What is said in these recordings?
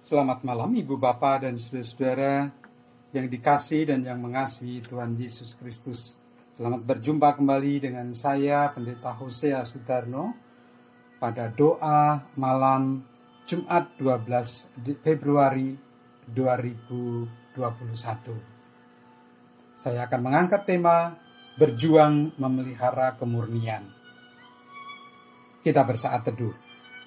Selamat malam Ibu Bapak dan saudara-saudara yang dikasihi dan yang mengasihi Tuhan Yesus Kristus. Selamat berjumpa kembali dengan saya Pendeta Hosea Sudarno pada doa malam Jumat 12 Februari 2021. Saya akan mengangkat tema berjuang memelihara kemurnian. Kita bersaat teduh.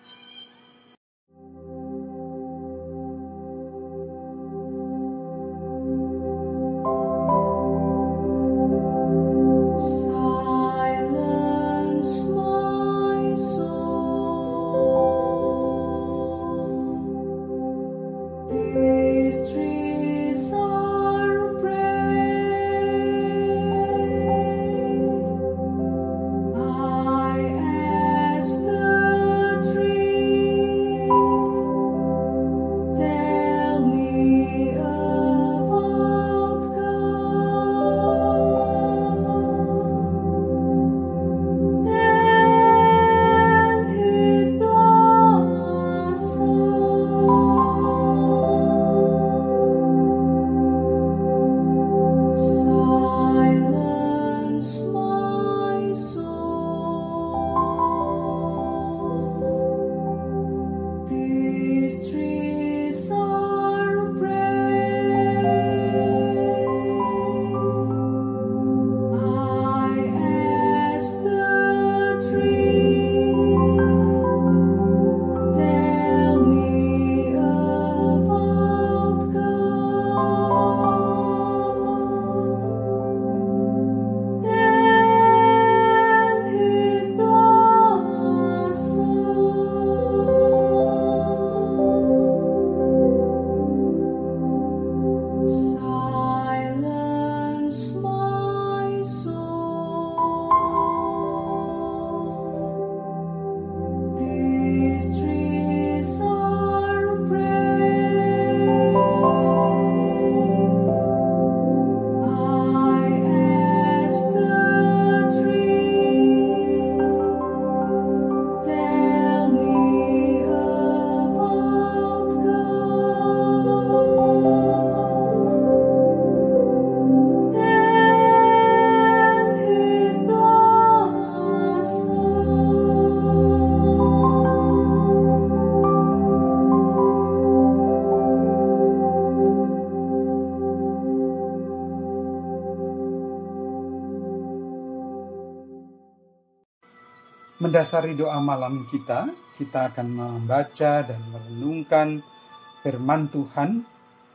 Mendasari doa malam kita akan membaca dan merenungkan firman Tuhan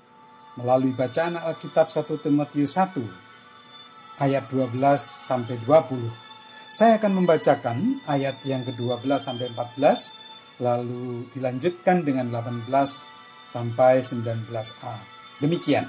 melalui bacaan Alkitab 1 Timotius 1 ayat 12 sampai 20. Saya akan membacakan ayat yang ke-12 sampai 14, lalu dilanjutkan dengan 18 sampai 19a. Demikian.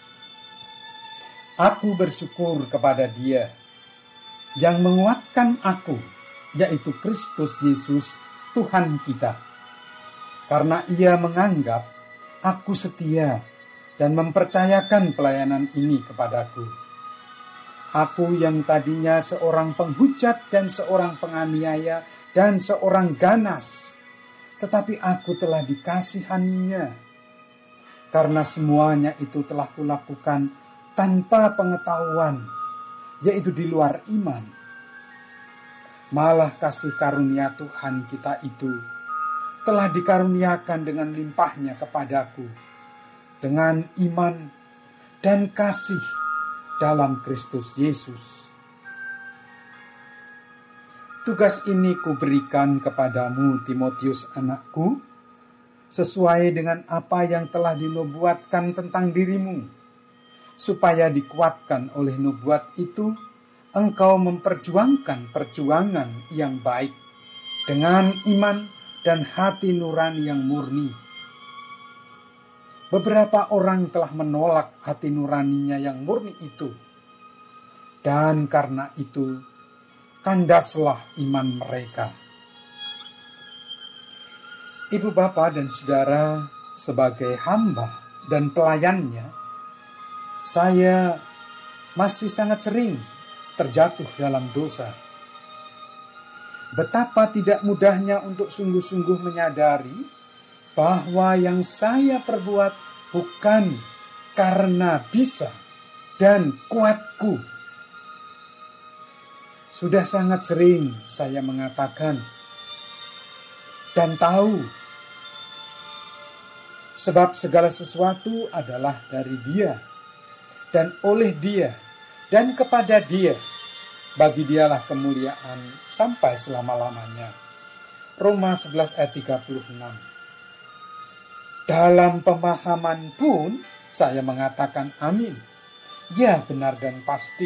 Aku bersyukur kepada Dia yang menguatkan aku, yaitu Kristus Yesus Tuhan kita. Karena Ia menganggap aku setia dan mempercayakan pelayanan ini kepadaku. Aku yang tadinya seorang penghujat dan seorang penganiaya dan seorang ganas, tetapi aku telah dikasihaninya. Karena semuanya itu telah kulakukan tanpa pengetahuan, yaitu di luar iman. Malah kasih karunia Tuhan kita itu telah dikaruniakan dengan limpahnya kepadaku, dengan iman dan kasih dalam Kristus Yesus. Tugas ini kuberikan kepadamu, Timotius anakku, sesuai dengan apa yang telah dinubuatkan tentang dirimu, supaya dikuatkan oleh nubuat itu, engkau memperjuangkan perjuangan yang baik dengan iman dan hati nurani yang murni. Beberapa orang telah menolak hati nuraninya yang murni itu, dan karena itu kandaslah iman mereka. Ibu Bapak dan Saudara, sebagai hamba dan pelayannya, saya masih sangat sering terjatuh dalam dosa. Betapa tidak mudahnya untuk sungguh-sungguh menyadari bahwa yang saya perbuat bukan karena bisa dan kuatku. Sudah sangat sering saya mengatakan dan tahu, sebab segala sesuatu adalah dari Dia dan oleh Dia dan kepada Dia. Bagi Dialah kemuliaan sampai selama-lamanya. Roma 11 ayat 36. Dalam pemahaman pun saya mengatakan amin. Ya, benar dan pasti.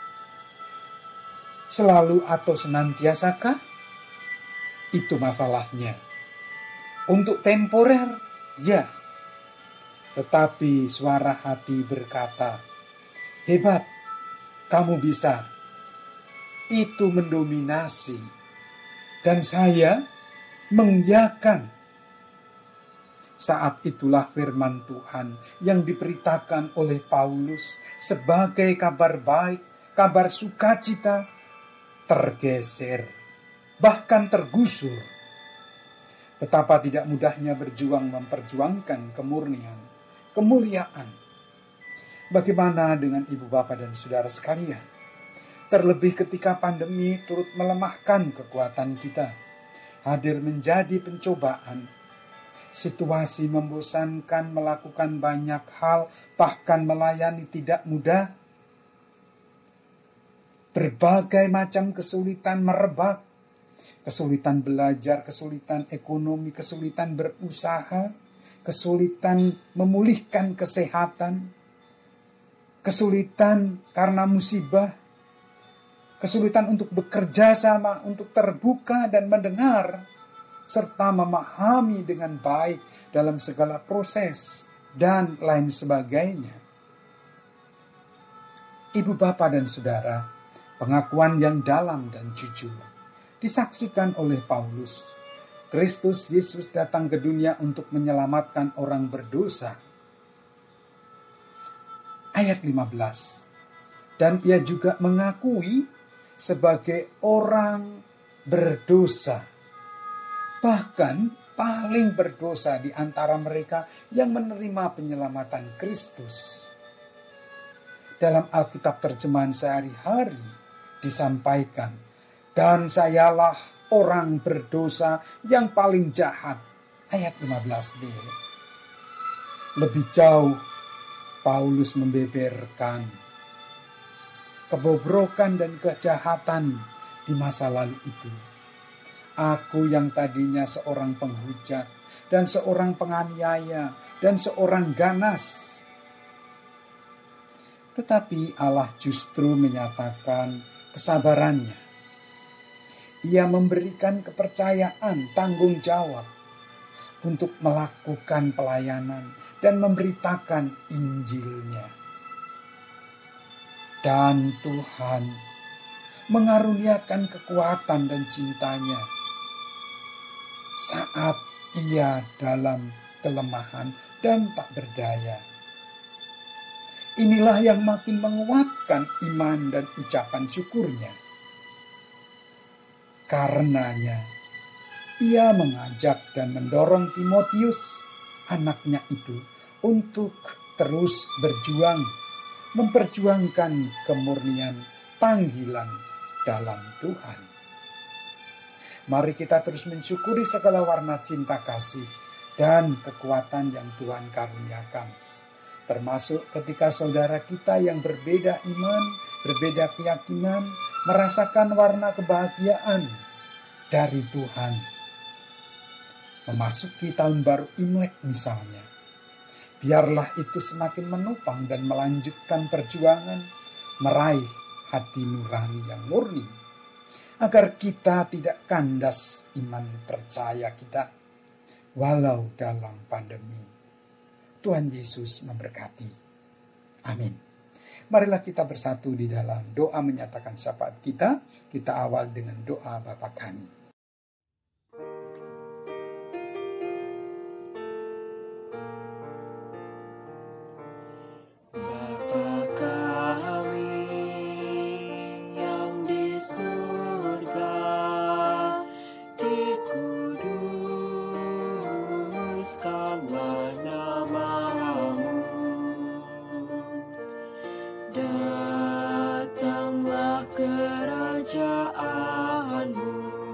Selalu atau senantiasakah? Itu masalahnya. Untuk temporer, ya. Tetapi suara hati berkata, hebat, kamu bisa. Itu mendominasi. Dan saya mengiyakan. Saat itulah firman Tuhan yang diberitakan oleh Paulus sebagai kabar baik, kabar sukacita, tergeser, bahkan tergusur. Betapa tidak mudahnya berjuang memperjuangkan kemurnian, kemuliaan. Bagaimana dengan ibu bapak dan saudara sekalian? Terlebih ketika pandemi turut melemahkan kekuatan kita. Hadir menjadi pencobaan. Situasi membosankan, melakukan banyak hal, bahkan melayani tidak mudah. Berbagai macam kesulitan merebak. Kesulitan belajar, kesulitan ekonomi, kesulitan berusaha, kesulitan memulihkan kesehatan, kesulitan karena musibah, kesulitan untuk bekerja sama, untuk terbuka dan mendengar, serta memahami dengan baik dalam segala proses, dan lain sebagainya. Ibu bapak dan saudara, pengakuan yang dalam dan jujur disaksikan oleh Paulus. Kristus Yesus datang ke dunia untuk menyelamatkan orang berdosa. Ayat 15. Dan ia juga mengakui sebagai orang berdosa. Bahkan paling berdosa di antara mereka yang menerima penyelamatan Kristus. Dalam Alkitab terjemahan sehari-hari disampaikan, dan sayalah orang berdosa yang paling jahat. Ayat 15b. Lebih jauh Paulus membeberkan kebobrokan dan kejahatan di masa lalu itu. Aku yang tadinya seorang penghujat dan seorang penganiaya dan seorang ganas. Tetapi Allah justru menyatakan kesabarannya. Ia memberikan kepercayaan, tanggung jawab untuk melakukan pelayanan dan memberitakan Injilnya. Dan Tuhan mengaruniakan kekuatan dan cintanya saat ia dalam kelemahan dan tak berdaya. Inilah yang makin menguatkan iman dan ucapan syukurnya. Karenanya, ia mengajak dan mendorong Timotius, anaknya itu, untuk terus berjuang, memperjuangkan kemurnian panggilan dalam Tuhan. Mari kita terus mensyukuri segala warna cinta kasih dan kekuatan yang Tuhan karuniakan. Termasuk ketika saudara kita yang berbeda iman, berbeda keyakinan, merasakan warna kebahagiaan dari Tuhan. Memasuki tahun baru Imlek misalnya. Biarlah itu semakin menopang dan melanjutkan perjuangan meraih hati nurani yang murni. Agar kita tidak kandas iman percaya kita walau dalam pandemi. Tuhan Yesus memberkati. Amin. Marilah kita bersatu di dalam doa menyatakan syafaat kita. Kita awal dengan doa Bapa kami. namamu. Datanglah kerajaanmu.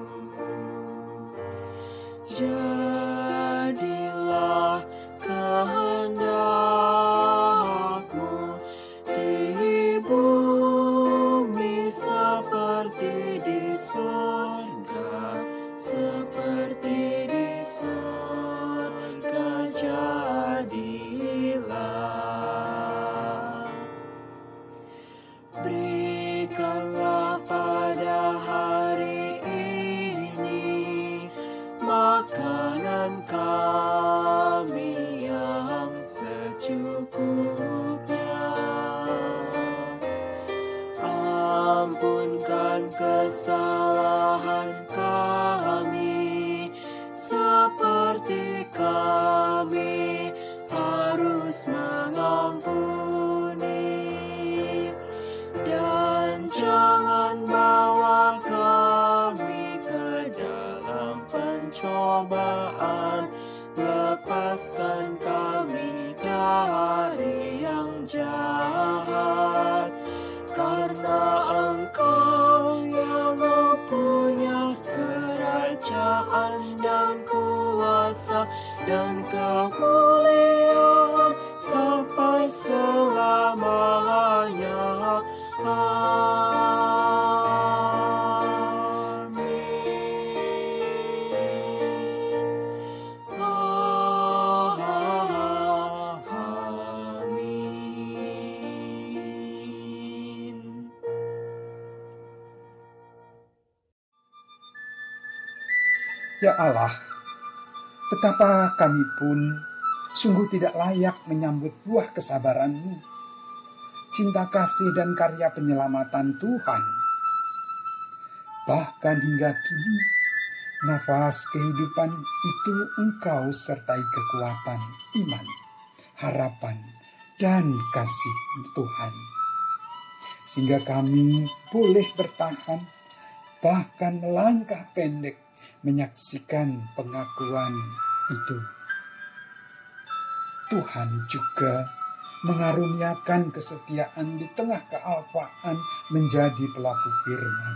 Jadilah kehendakmu di bumi seperti di surga, seperti di surga jadilah. Berikanlah pada hari ini makanan kami yang secukupnya. Ampunkan kesalahan kami seperti kami harus mengampuni. Dan jangan bawa kami ke dalam pencobaan, lepaskan kami dari yang jahat. Karena Engkau yang mempunyai kerajaan dan kuasa dan kemuliaan sampai selamanya. Amin. Amin. Ya Allah, betapa kami pun sungguh tidak layak menyambut buah kesabaran-Mu, cinta kasih dan karya penyelamatan Tuhan. Bahkan hingga kini, nafas kehidupan itu Engkau sertai kekuatan, iman, harapan, dan kasih Tuhan. Sehingga kami boleh bertahan, bahkan melangkah pendek, menyaksikan pengakuan itu. Tuhan juga mengaruniakan kesetiaan di tengah kealfaan menjadi pelaku firman.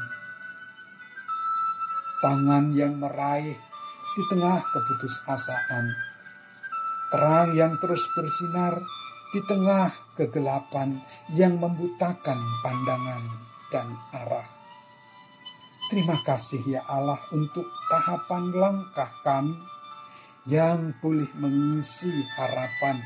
Tangan yang meraih di tengah keputusasaan. Terang yang terus bersinar di tengah kegelapan yang membutakan pandangan dan arah. Terima kasih ya Allah untuk tahapan langkah kami yang boleh mengisi harapan,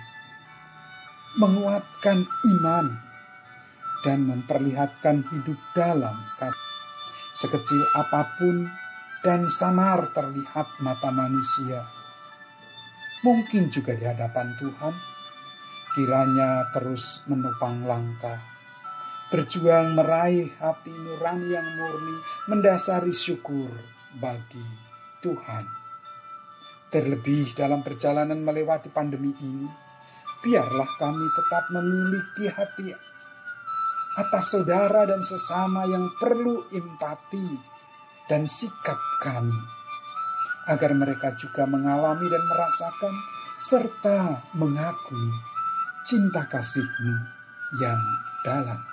menguatkan iman, dan memperlihatkan hidup dalam kasih. Sekecil apapun dan samar terlihat mata manusia, mungkin juga di hadapan Tuhan, kiranya terus menopang langkah, berjuang meraih hati nurani yang murni, mendasari syukur bagi Tuhan. Terlebih dalam perjalanan melewati pandemi ini, biarlah kami tetap memiliki hati atas saudara dan sesama yang perlu empati dan sikap kami, agar mereka juga mengalami dan merasakan serta mengakui cinta kasih-Mu yang dalam.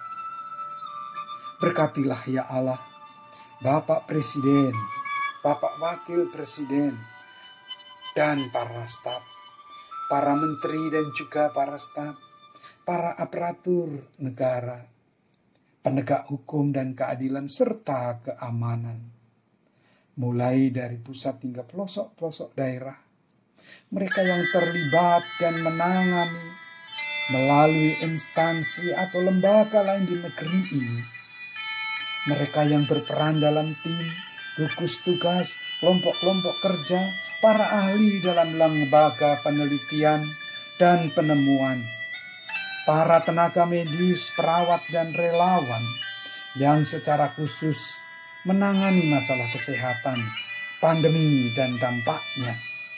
Berkatilah ya Allah, Bapak Presiden, Bapak Wakil Presiden, dan para staf, para menteri dan juga para staf, para aparatur negara, penegak hukum dan keadilan serta keamanan, mulai dari pusat hingga pelosok-pelosok daerah, mereka yang terlibat dan menangani melalui instansi atau lembaga lain di negeri ini, mereka yang berperan dalam tim, gugus tugas, kelompok-kelompok kerja, para ahli dalam lembaga penelitian dan penemuan, para tenaga medis, perawat, dan relawan yang secara khusus menangani masalah kesehatan, pandemi, dan dampaknya.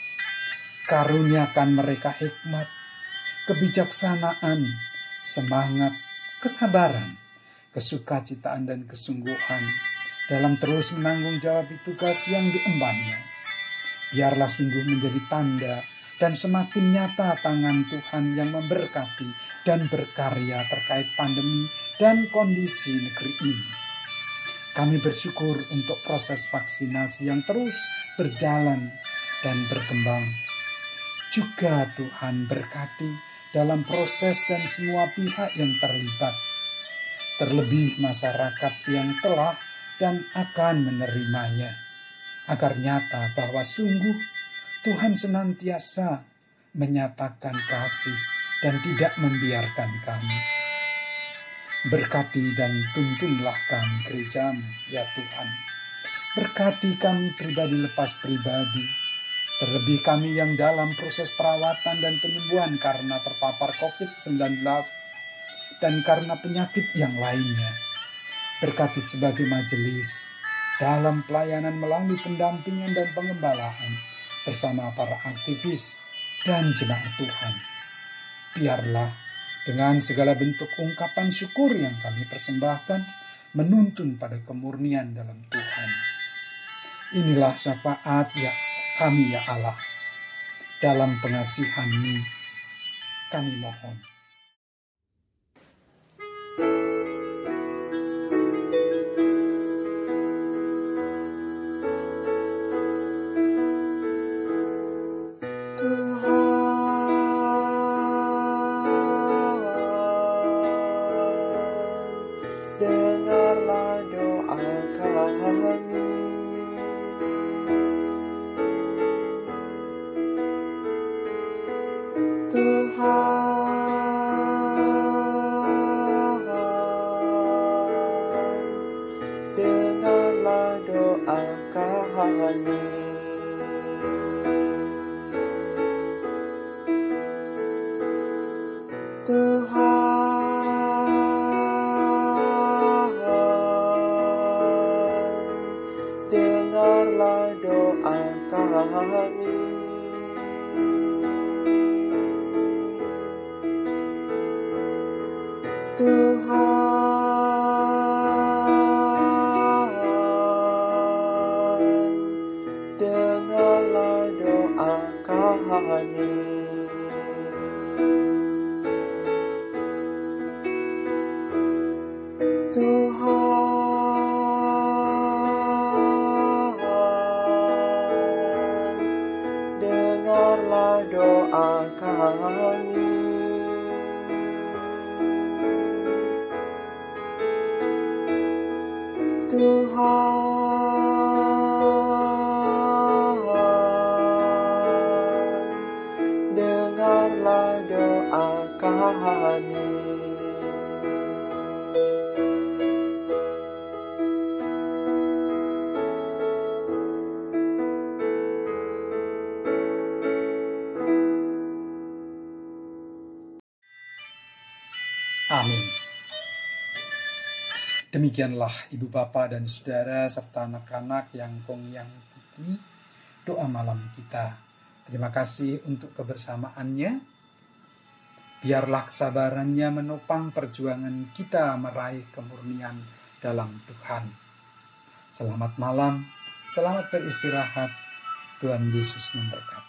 Karuniakan mereka hikmat, kebijaksanaan, semangat, kesabaran, kesukacitaan, dan kesungguhan dalam terus menanggung jawab tugas yang diembannya. Biarlah sungguh menjadi tanda dan semakin nyata tangan Tuhan yang memberkati dan berkarya terkait pandemi dan kondisi negeri ini. Kami bersyukur untuk proses vaksinasi yang terus berjalan dan berkembang. Juga Tuhan berkati dalam proses dan semua pihak yang terlibat, terlebih masyarakat yang telah dan akan menerimanya, agar nyata bahwa sungguh Tuhan senantiasa menyatakan kasih dan tidak membiarkan kami. Berkati dan tuntunlah kami gereja-Mu, ya Tuhan. Berkati kami pribadi lepas pribadi, terlebih kami yang dalam proses perawatan dan penyembuhan karena terpapar COVID-19 dan karena penyakit yang lainnya. Berkati sebagai majelis dalam pelayanan melalui pendampingan dan pengembalaan bersama para aktivis dan jemaat Tuhan. Biarlah dengan segala bentuk ungkapan syukur yang kami persembahkan menuntun pada kemurnian dalam Tuhan. Inilah syafaat ya kami ya Allah. Dalam pengasihan-Mu kami mohon. Dengarlah doa kami. Tuhan, dengarlah doa kami. Dengarlah doa kami. Tuhan, dengarlah doa kami. Dengarlah doa kami. Tuhan, dengarlah doa kami. Amin. Demikianlah Ibu Bapa dan Saudara serta anak-anak yang Kongyang Putih, doa malam kita. Terima kasih untuk kebersamaannya. Biarlah kesabarannya menopang perjuangan kita meraih kemurnian dalam Tuhan. Selamat malam, selamat beristirahat. Tuhan Yesus memberkati.